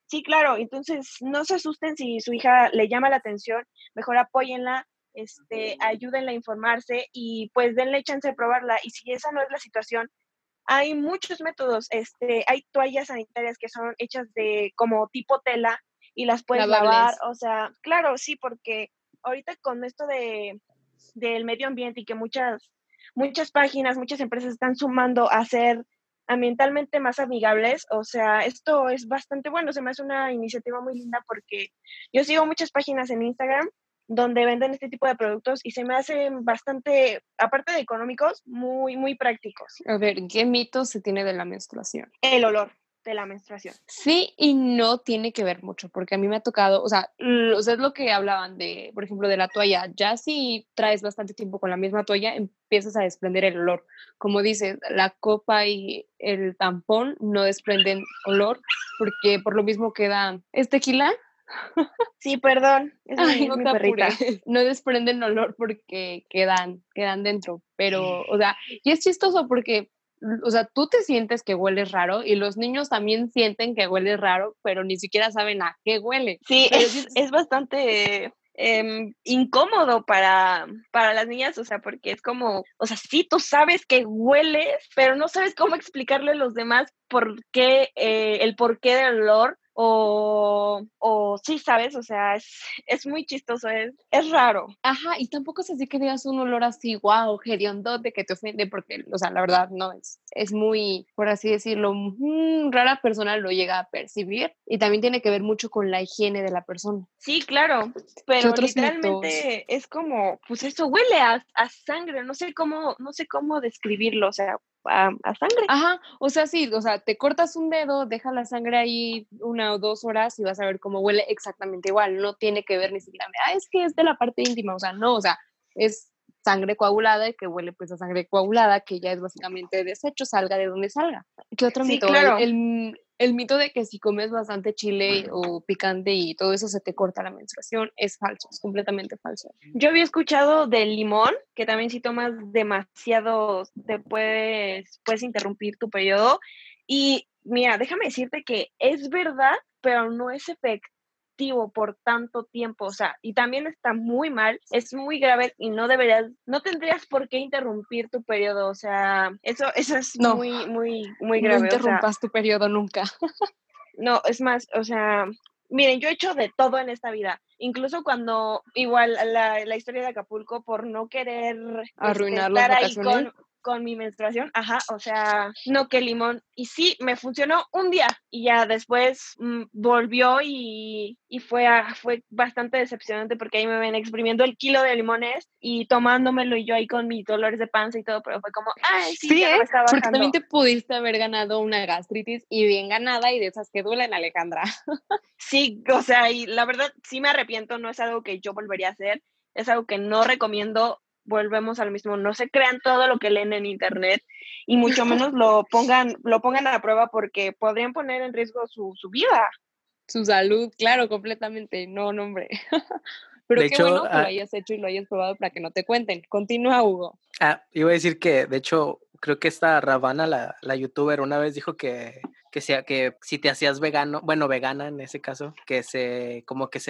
Sí, claro, entonces no se asusten si su hija le llama la atención, mejor apóyenla, ayúdenla a informarse y pues denle chance de probarla. Y si esa no es la situación, hay muchos métodos, hay toallas sanitarias que son hechas de como tipo tela y las puedes lavar, Lavables. o sea, claro, sí, porque ahorita con esto del medio ambiente y que muchas páginas, muchas empresas están sumando a ser ambientalmente más amigables, o sea, esto es bastante bueno, se me hace una iniciativa muy linda porque yo sigo muchas páginas en Instagram donde venden este tipo de productos y se me hacen bastante, aparte de económicos, muy, muy prácticos. A ver, ¿qué mito se tiene de la menstruación? El olor de la menstruación. Sí y no tiene que ver mucho, porque a mí me ha tocado, o sea, es lo que hablaban de, por ejemplo, de la toalla. Ya si traes bastante tiempo con la misma toalla, empiezas a desprender el olor. Como dices, la copa y el tampón no desprenden olor, porque por lo mismo quedan, ¿es tequila? Sí, perdón, es Ay, mi, es no mi te apures. perrita. No desprenden olor porque quedan dentro, pero, o sea, y es chistoso porque, o sea, tú te sientes que hueles raro y los niños también sienten que hueles raro, pero ni siquiera saben a qué huele. Sí, Pero sí, es bastante incómodo para las niñas, o sea, porque es como, o sea, sí, tú sabes que hueles, pero no sabes cómo explicarle a los demás por qué, el porqué del olor, o sí, ¿sabes? O sea, es muy chistoso, es raro. ajá, y tampoco es así que digas un olor así, wow, hediondote que te ofende, porque, o sea, la verdad no es muy, por así decirlo, rara persona lo llega a percibir y también tiene que ver mucho con la higiene de la persona. Sí, claro, ¿Qué pero otros mitos? literalmente es como, pues eso huele a sangre, no sé cómo describirlo, o sea, a sangre. Ajá, o sea, sí, o sea, te cortas un dedo, deja la sangre ahí 1 o 2 horas y vas a ver cómo huele exactamente igual. No tiene que ver ni siquiera, es que es de la parte íntima, o sea, no, o sea, es sangre coagulada y que huele pues a sangre coagulada, que ya es básicamente desecho, salga de donde salga. ¿Qué otro Sí, mito? claro. El mito de que si comes bastante chile o picante y todo eso se te corta la menstruación es falso, es completamente falso. Yo había escuchado del limón, que también si tomas demasiado te puedes interrumpir tu periodo. Y mira, déjame decirte que es verdad, pero no es efectivo por tanto tiempo. O sea, y también está muy mal, es muy grave y no tendrías por qué interrumpir tu periodo. O sea, eso es No, muy, muy, muy no grave. O sea, interrumpas tu periodo nunca. no, es más, o sea, miren, yo he hecho de todo en esta vida, incluso cuando, igual, la historia de Acapulco, por no querer Arruinar las estar ahí vacaciones. con mi menstruación, ajá, o sea, no, que limón. Y sí, me funcionó un día y ya después volvió y fue bastante decepcionante porque ahí me ven exprimiendo el kilo de limones y tomándomelo y yo ahí con mis dolores de panza y todo, pero fue como, ay, sí, Sí, ya no me está porque también bajando. te pudiste haber ganado una gastritis y bien ganada y de esas que duelen, Alejandra. Sí, o sea, y la verdad sí me arrepiento, no es algo que yo volvería a hacer, es algo que no recomiendo. Volvemos al mismo, no se crean todo lo que leen en internet y mucho menos lo pongan a prueba porque podrían poner en riesgo su vida. Su salud, claro, completamente. No, no, hombre. De Pero qué hecho, bueno que lo hayas hecho y lo hayas probado para que no te cuenten. Continúa, Hugo. iba a decir que, de hecho, creo que esta Ravana, la youtuber, una vez dijo que si te hacías vegano, bueno, vegana en ese caso, como que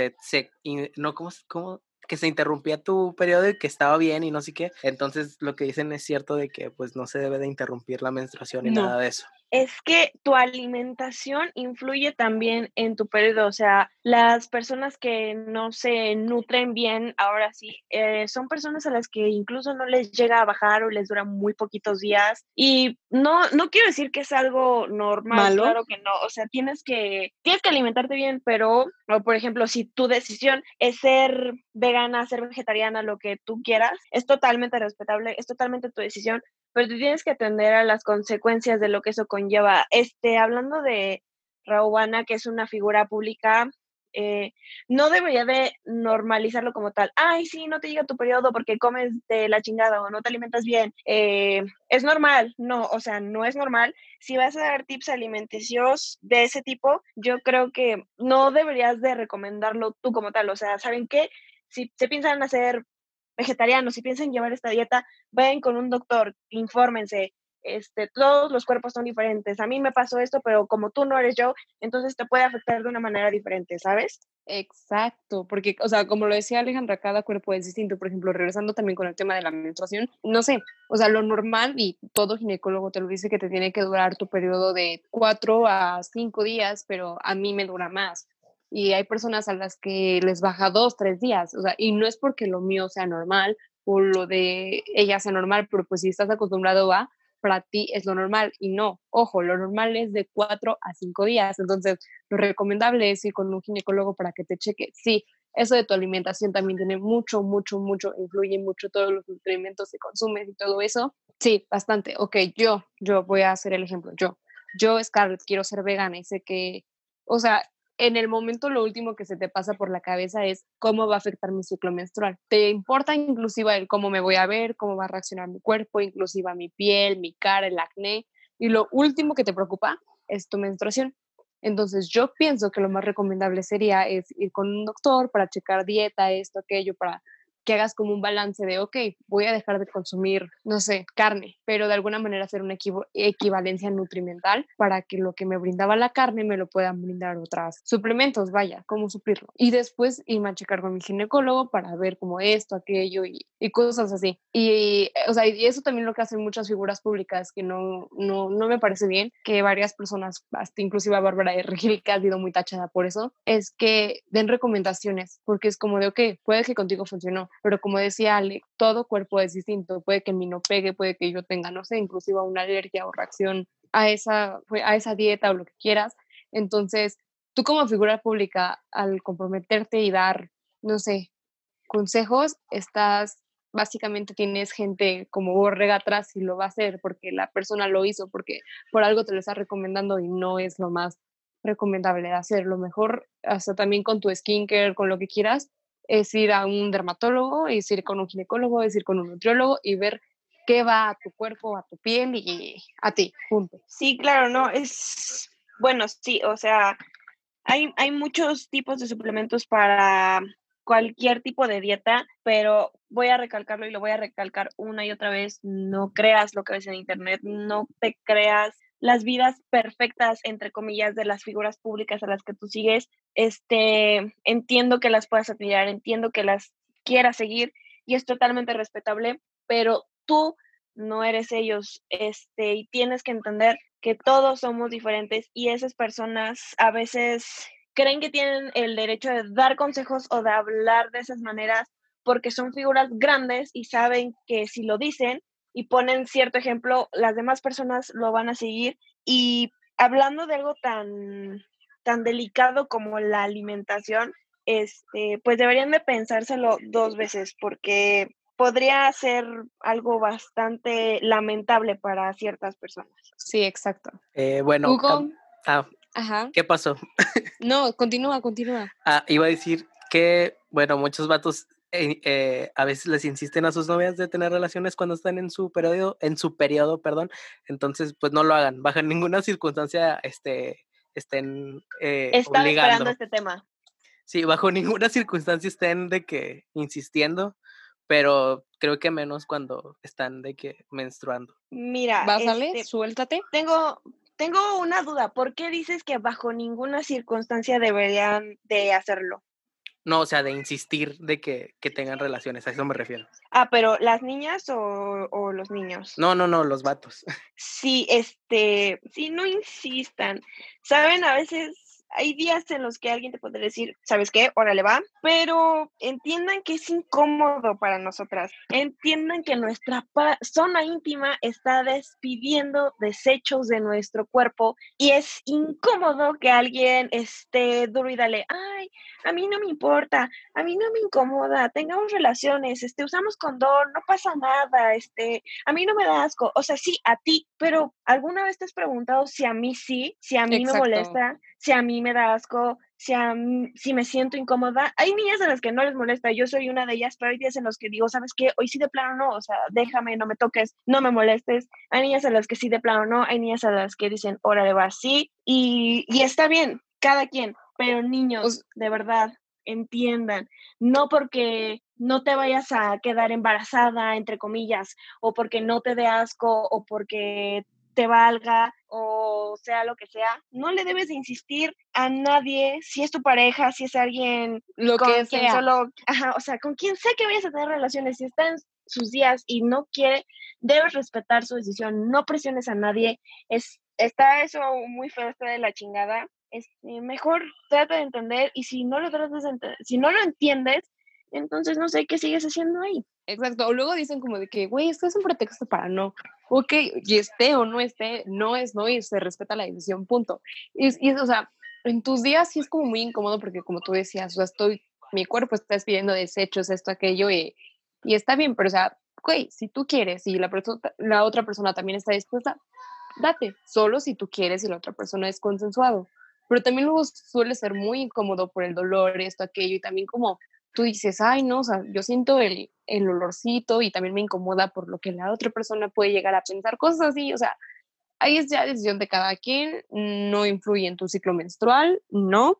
no, ¿cómo? Que se interrumpía tu periodo y que estaba bien y no sé qué. Entonces, lo que dicen es cierto de que, pues, no se debe de interrumpir la menstruación ni No. nada de eso. Es que tu alimentación influye también en tu periodo, o sea, las personas que no se nutren bien, ahora sí, son personas a las que incluso no les llega a bajar o les dura muy poquitos días. Y no quiero decir que es algo normal, ¿Malo? claro que no, o sea, tienes que alimentarte bien, pero, o por ejemplo, si tu decisión es ser vegana, ser vegetariana, lo que tú quieras, es totalmente respetable, es totalmente tu decisión, pero tú tienes que atender a las consecuencias de lo que eso conlleva. Hablando de Raubana, que es una figura pública, no debería de normalizarlo como tal. Ay, sí, no te llega tu periodo porque comes de la chingada o no te alimentas bien. Es normal, no, o sea, no es normal. Si vas a dar tips alimenticios de ese tipo, yo creo que no deberías de recomendarlo tú como tal. O sea, ¿saben qué? Si se piensan hacer vegetarianos, si piensan llevar esta dieta, vayan con un doctor, infórmense, todos los cuerpos son diferentes. A mí me pasó esto, pero como tú no eres yo, entonces te puede afectar de una manera diferente, ¿sabes? Exacto, porque, o sea, como lo decía Alejandra, cada cuerpo es distinto. Por ejemplo, regresando también con el tema de la menstruación, no sé, o sea, lo normal, y todo ginecólogo te lo dice, que te tiene que durar tu periodo de 4 a 5 días, pero a mí me dura más. Y hay personas a las que les baja 2, 3 días, o sea, y no es porque lo mío sea normal o lo de ella sea normal, pero pues si estás acostumbrado a, para ti es lo normal, y no, ojo, lo normal es de 4 a 5 días. Entonces lo recomendable es ir con un ginecólogo para que te cheque. Sí, eso de tu alimentación también tiene mucho, mucho, mucho, influye mucho todos los nutrimentos que consumes y todo eso. Sí, bastante. Ok, yo voy a hacer el ejemplo. Yo, Scarlett, quiero ser vegana y sé que, o sea, en el momento lo último que se te pasa por la cabeza es cómo va a afectar mi ciclo menstrual. Te importa inclusive el cómo me voy a ver, cómo va a reaccionar mi cuerpo, inclusive mi piel, mi cara, el acné. Y lo último que te preocupa es tu menstruación. Entonces yo pienso que lo más recomendable sería es ir con un doctor para checar dieta, esto, aquello, para que hagas como un balance de, ok, voy a dejar de consumir, no sé, carne, pero de alguna manera hacer una equivalencia nutrimental para que lo que me brindaba la carne me lo puedan brindar otros suplementos, vaya, cómo suplirlo. Y después irme a checar con mi ginecólogo para ver como esto, aquello y cosas así. Y, o sea, y eso también lo que hacen muchas figuras públicas, que no me parece bien, que varias personas, hasta inclusive a Bárbara de Regil, que ha sido muy tachada por eso, es que den recomendaciones, porque es como de, ok, puede que contigo funcionó, pero como decía Ale, todo cuerpo es distinto, puede que a mí no pegue, puede que yo tenga, no sé, inclusive una alergia o reacción a esa dieta o lo que quieras. Entonces, tú como figura pública, al comprometerte y dar, no sé, consejos, básicamente tienes gente como borrega atrás y lo va a hacer porque la persona lo hizo, porque por algo te lo está recomendando y no es lo más recomendable de hacer. Lo mejor, hasta también con tu skincare, con lo que quieras, es ir a un dermatólogo, es ir con un ginecólogo, es ir con un nutriólogo y ver qué va a tu cuerpo, a tu piel y a ti, punto. Sí, claro, no, bueno, sí, o sea, hay muchos tipos de suplementos para cualquier tipo de dieta, pero voy a recalcarlo y lo voy a recalcar una y otra vez, no creas lo que ves en internet, no te creas las vidas perfectas, entre comillas, de las figuras públicas a las que tú sigues. Entiendo que las puedas admirar, entiendo que las quieras seguir y es totalmente respetable, pero tú no eres ellos, y tienes que entender que todos somos diferentes y esas personas a veces creen que tienen el derecho de dar consejos o de hablar de esas maneras porque son figuras grandes y saben que si lo dicen y ponen cierto ejemplo, las demás personas lo van a seguir. Y hablando de algo tan delicado como la alimentación, pues deberían de pensárselo 2 veces porque podría ser algo bastante lamentable para ciertas personas. Sí, exacto. Bueno, Hugo, ajá. ¿qué pasó? No, continúa. Iba a decir que, bueno, muchos vatos a veces les insisten a sus novias de tener relaciones cuando están en su periodo, perdón. Entonces, pues no lo hagan, bajo ninguna circunstancia estén Estaba esperando obligando. este tema. Sí, bajo ninguna circunstancia estén de que insistiendo, pero creo que menos cuando están de que menstruando. Mira, Básale, suéltate. tengo una duda. ¿Por qué dices que bajo ninguna circunstancia deberían de hacerlo? No, o sea, de insistir de que tengan relaciones, a eso me refiero. Ah, pero ¿las niñas o los niños? No, los vatos. Sí, sí, no insistan. Saben, a veces hay días en los que alguien te puede decir, ¿sabes qué? Órale, va. Pero entiendan que es incómodo para nosotras. Entiendan que nuestra zona íntima está despidiendo desechos de nuestro cuerpo y es incómodo que alguien esté duro y dale, ay, a mí no me importa, a mí no me incomoda, tengamos relaciones, usamos condón, no pasa nada, a mí no me da asco, o sea, sí, a ti, pero ¿alguna vez te has preguntado si a mí sí, si a mí me molesta, si a mí me da asco, si me siento incómoda? Hay niñas a las que no les molesta, yo soy una de ellas, pero hay días en los que digo, ¿sabes qué? Hoy sí de plano no, o sea, déjame, no me toques, no me molestes. Hay niñas a las que sí de plano no, hay niñas a las que dicen, órale, va, sí, y está bien, cada quien, pero niños, de verdad, entiendan, no porque no te vayas a quedar embarazada, entre comillas, o porque no te dé asco, o porque te valga, o sea lo que sea, no le debes de insistir a nadie, si es tu pareja, si es alguien Lo con que quien sea. solo, o sea, con quien sea que vayas a tener relaciones, si está en sus días y no quiere, debes respetar su decisión, no presiones a nadie, está eso muy feo, está de la chingada, mejor trata de entender, y si no lo tratas de si no lo entiendes, entonces no sé qué sigues haciendo ahí. Exacto, o luego dicen como de que, güey, esto es un pretexto para no. Ok, y esté o no esté, no es no y se respeta la decisión, punto. O sea, en tus días sí es como muy incómodo porque como tú decías, o sea, mi cuerpo está despidiendo desechos, esto, aquello, y está bien, pero o sea, güey, si tú quieres y la otra persona también está dispuesta, date, solo si tú quieres y la otra persona es consensuado. Pero también luego suele ser muy incómodo por el dolor, esto, aquello, y también como tú dices, ay, no, o sea, yo siento el olorcito y también me incomoda por lo que la otra persona puede llegar a pensar, cosas así, o sea, ahí es ya decisión de cada quien, no influye en tu ciclo menstrual, no,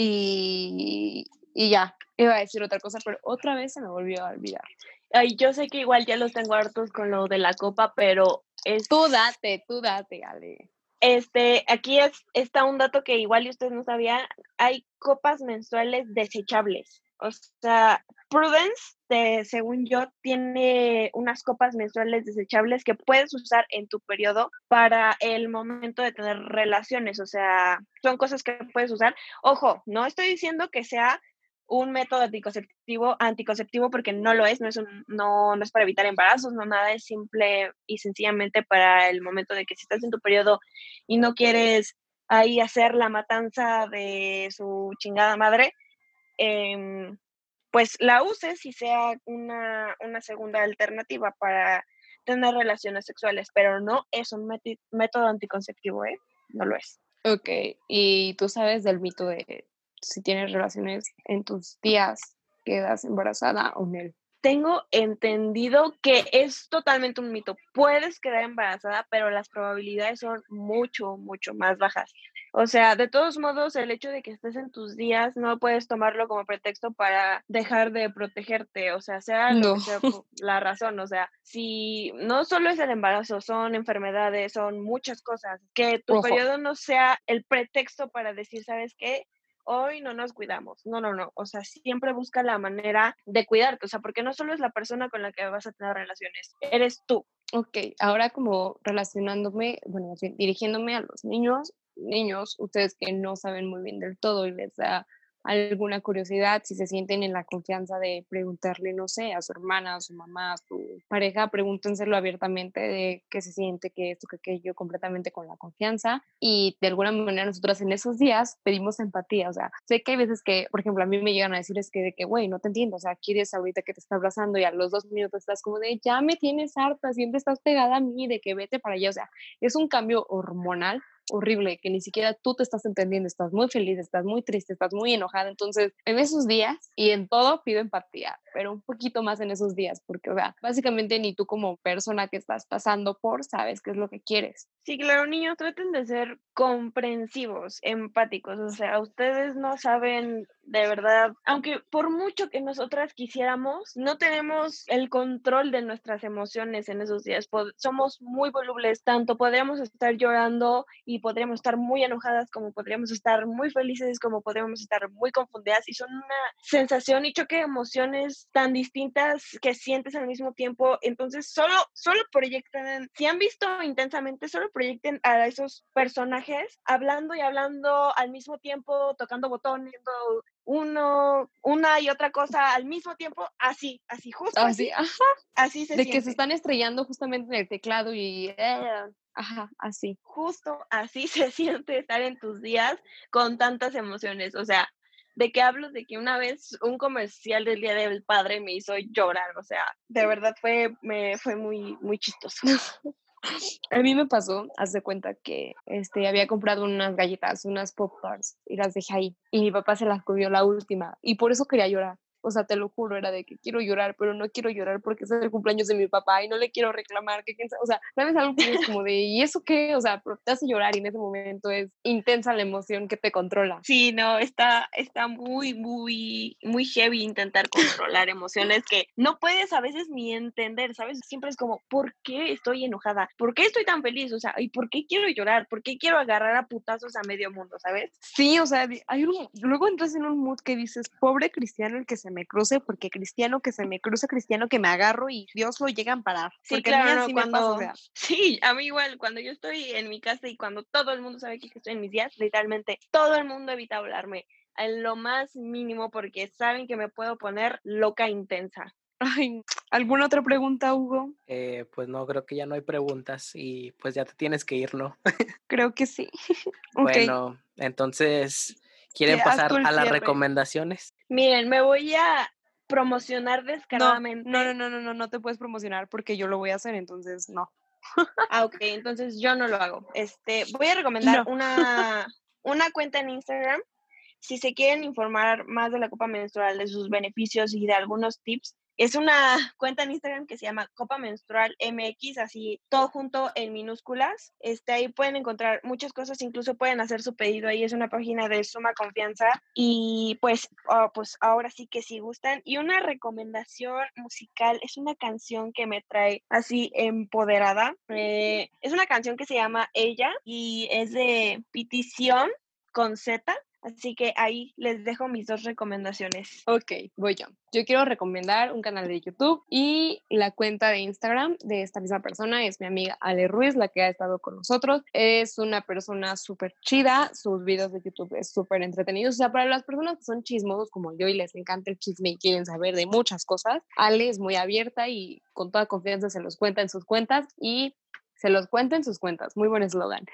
y ya, iba a decir otra cosa, pero otra vez se me volvió a olvidar. Ay, yo sé que igual ya los tengo hartos con lo de la copa, pero Tú date, Ale. Aquí está un dato que igual y ustedes no sabían, hay copas menstruales desechables. O sea, Prudence, según yo, tiene unas copas menstruales desechables que puedes usar en tu periodo para el momento de tener relaciones. O sea, son cosas que puedes usar. Ojo, no estoy diciendo que sea un método anticonceptivo porque no lo es, no es para evitar embarazos, no nada, es simple y sencillamente para el momento de que si estás en tu periodo y no quieres ahí hacer la matanza de su chingada madre, pues la uses y sea una segunda alternativa para tener relaciones sexuales, pero no es un método anticonceptivo, no lo es. Ok, y tú sabes del mito de si tienes relaciones en tus días, quedas embarazada o no. Tengo entendido que es totalmente un mito. Puedes quedar embarazada, pero las probabilidades son mucho, mucho más bajas. O sea, de todos modos, el hecho de que estés en tus días no puedes tomarlo como pretexto para dejar de protegerte. O sea lo No. que sea la razón. O sea, si no solo es el embarazo, son enfermedades, son muchas cosas. Que tu Ojo. periodo no sea el pretexto para decir, ¿sabes qué? Hoy no nos cuidamos. No. O sea, siempre busca la manera de cuidarte. O sea, porque no solo es la persona con la que vas a tener relaciones, eres tú. Ok, ahora como relacionándome, bueno, más bien, dirigiéndome a los niños, ustedes que no saben muy bien del todo y les da alguna curiosidad, si se sienten en la confianza de preguntarle, no sé, a su hermana, a su mamá, a su pareja, pregúntenselo abiertamente de qué se siente, qué esto, que aquello, completamente con la confianza. Y de alguna manera nosotras en esos días pedimos empatía, o sea, sé que hay veces que, por ejemplo, a mí me llegan a decir es que de que, güey, no te entiendo, o sea, quieres ahorita que te está abrazando y a los 2 minutos estás como de, ya me tienes harta, siempre estás pegada a mí, de que vete para allá, o sea, es un cambio hormonal horrible, que ni siquiera tú te estás entendiendo, estás muy feliz, estás muy triste, estás muy enojada, entonces en esos días y en todo pido empatía, pero un poquito más en esos días, porque o sea, básicamente ni tú como persona que estás pasando por sabes qué es lo que quieres. Sí, claro, niños, traten de ser comprensivos, empáticos, o sea, ustedes no saben de verdad, aunque por mucho que nosotras quisiéramos, no tenemos el control de nuestras emociones en esos días, somos muy volubles, tanto podríamos estar llorando y podríamos estar muy enojadas, como podríamos estar muy felices, como podríamos estar muy confundidas, y son una sensación y choque de emociones tan distintas que sientes al mismo tiempo, entonces solo proyectan, si han visto intensamente, solo proyecten a esos personajes hablando y hablando al mismo tiempo, tocando botones, una y otra cosa al mismo tiempo, así, justo Así, así, ajá, así se de siente. que se están estrellando justamente en el teclado y, ajá, así. Justo así se siente estar en tus días con tantas emociones, o sea, de que hablo de que una vez un comercial del Día del Padre me hizo llorar, o sea, de verdad fue muy, muy chistoso. A mí me pasó, haz de cuenta que había comprado unas galletas, unas Pop Tarts y las dejé ahí. Y mi papá se las comió la última y por eso quería llorar. o sea, te lo juro, era de que quiero llorar, pero no quiero llorar porque es el cumpleaños de mi papá y no le quiero reclamar, que quién sabe, o sea, ¿sabes algo que es como de, ¿y eso qué? O sea, pero te hace llorar y en ese momento es intensa la emoción que te controla. Sí, no, está muy, muy, muy heavy intentar controlar emociones que no puedes a veces ni entender, ¿sabes? Siempre es como, ¿por qué estoy enojada? ¿Por qué estoy tan feliz? O sea, ¿y por qué quiero llorar? ¿Por qué quiero agarrar a putazos a medio mundo, ¿sabes? Sí, o sea, luego entras en un mood que dices, pobre cristiano el que se me cruce, porque cristiano que se me cruce, cristiano que me agarro y Dios lo llega a amparar. Sí, porque claro, a mí no, así me pasa, o sea. Sí, a mí igual, cuando yo estoy en mi casa y cuando todo el mundo sabe que estoy en mis días, literalmente todo el mundo evita hablarme en lo más mínimo porque saben que me puedo poner loca intensa. Ay, ¿alguna otra pregunta, Hugo? Pues no, creo que ya no hay preguntas y pues ya te tienes que ir, ¿no? Creo que sí. Ok. Bueno, entonces, ¿quieren Haz tú pasar el a las cierre. recomendaciones? Miren, me voy a promocionar descaradamente. No te puedes promocionar porque yo lo voy a hacer, entonces no. Ah, ok, entonces yo no lo hago. Voy a recomendar No. una cuenta en Instagram. Si se quieren informar más de la copa menstrual, de sus beneficios y de algunos tips, es una cuenta en Instagram que se llama Copa Menstrual MX, así todo junto en minúsculas. Ahí pueden encontrar muchas cosas, incluso pueden hacer su pedido. Ahí es una página de suma confianza. Y pues ahora sí que si gustan. Y una recomendación musical es una canción que me trae así empoderada. Es una canción que se llama Ella y es de Petición con Z. Así que ahí les dejo mis 2 recomendaciones. Ok, voy yo. Yo quiero recomendar un canal de YouTube y la cuenta de Instagram de esta misma persona. Es mi amiga Ale Ruiz, la que ha estado con nosotros. Es una persona súper chida. Sus videos de YouTube es súper entretenidos. O sea, para las personas que son chismosos como yo y les encanta el chisme y quieren saber de muchas cosas, Ale es muy abierta y con toda confianza se los cuenta en sus cuentas y se los cuenta en sus cuentas. Muy buen eslogan.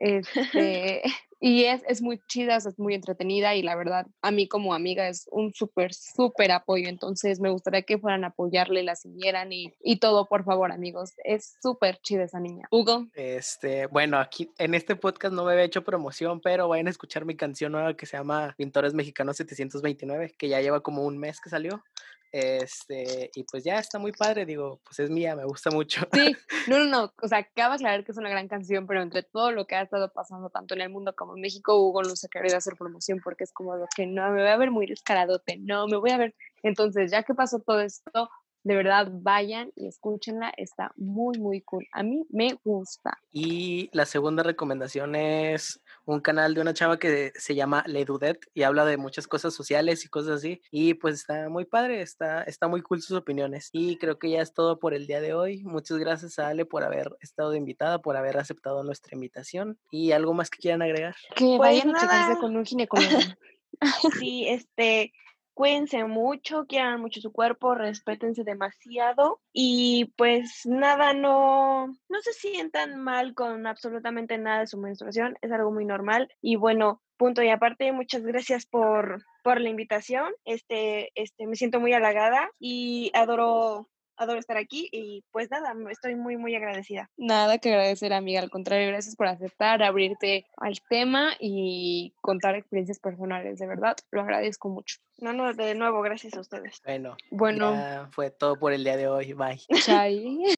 Y es muy chida, es muy entretenida y la verdad, a mí como amiga es un súper apoyo. Entonces me gustaría que fueran a apoyarle, la siguieran y todo, por favor, amigos. Es súper chida esa niña. Hugo. Bueno, aquí en este podcast no me había hecho promoción, pero vayan a escuchar mi canción nueva que se llama Pintores Mexicanos 729, que ya lleva como un mes que salió. Y pues ya está muy padre, digo, pues es mía, me gusta mucho. Sí, no, o sea, cabe aclarar que es una gran canción, pero entre todo lo que ha estado pasando tanto en el mundo como en México, Hugo no se ha querido hacer promoción porque es como lo que no, me voy a ver muy descaradote, no, me voy a ver. Entonces, ya que pasó todo esto, de verdad vayan y escúchenla, está muy cool. A mí me gusta. Y la segunda recomendación es un canal de una chava que se llama Le Dudet y habla de muchas cosas sociales y cosas así. Y pues está muy padre, está muy cool sus opiniones. Y creo que ya es todo por el día de hoy. Muchas gracias a Ale por haber estado invitada, por haber aceptado nuestra invitación. ¿Y algo más que quieran agregar? Que Pues vayan a checarse nada, con un ginecólogo. sí, cuídense mucho, quieran mucho su cuerpo, respétense demasiado y pues nada, no se sientan mal con absolutamente nada de su menstruación, es algo muy normal y bueno, punto y aparte, muchas gracias por la invitación, me siento muy halagada y adoro estar aquí y pues nada, estoy muy agradecida. Nada que agradecer, amiga. Al contrario, gracias por aceptar, abrirte al tema y contar experiencias personales. De verdad, lo agradezco mucho. No, de nuevo, gracias a ustedes. Bueno, Bueno, ya fue todo por el día de hoy. Bye. chai.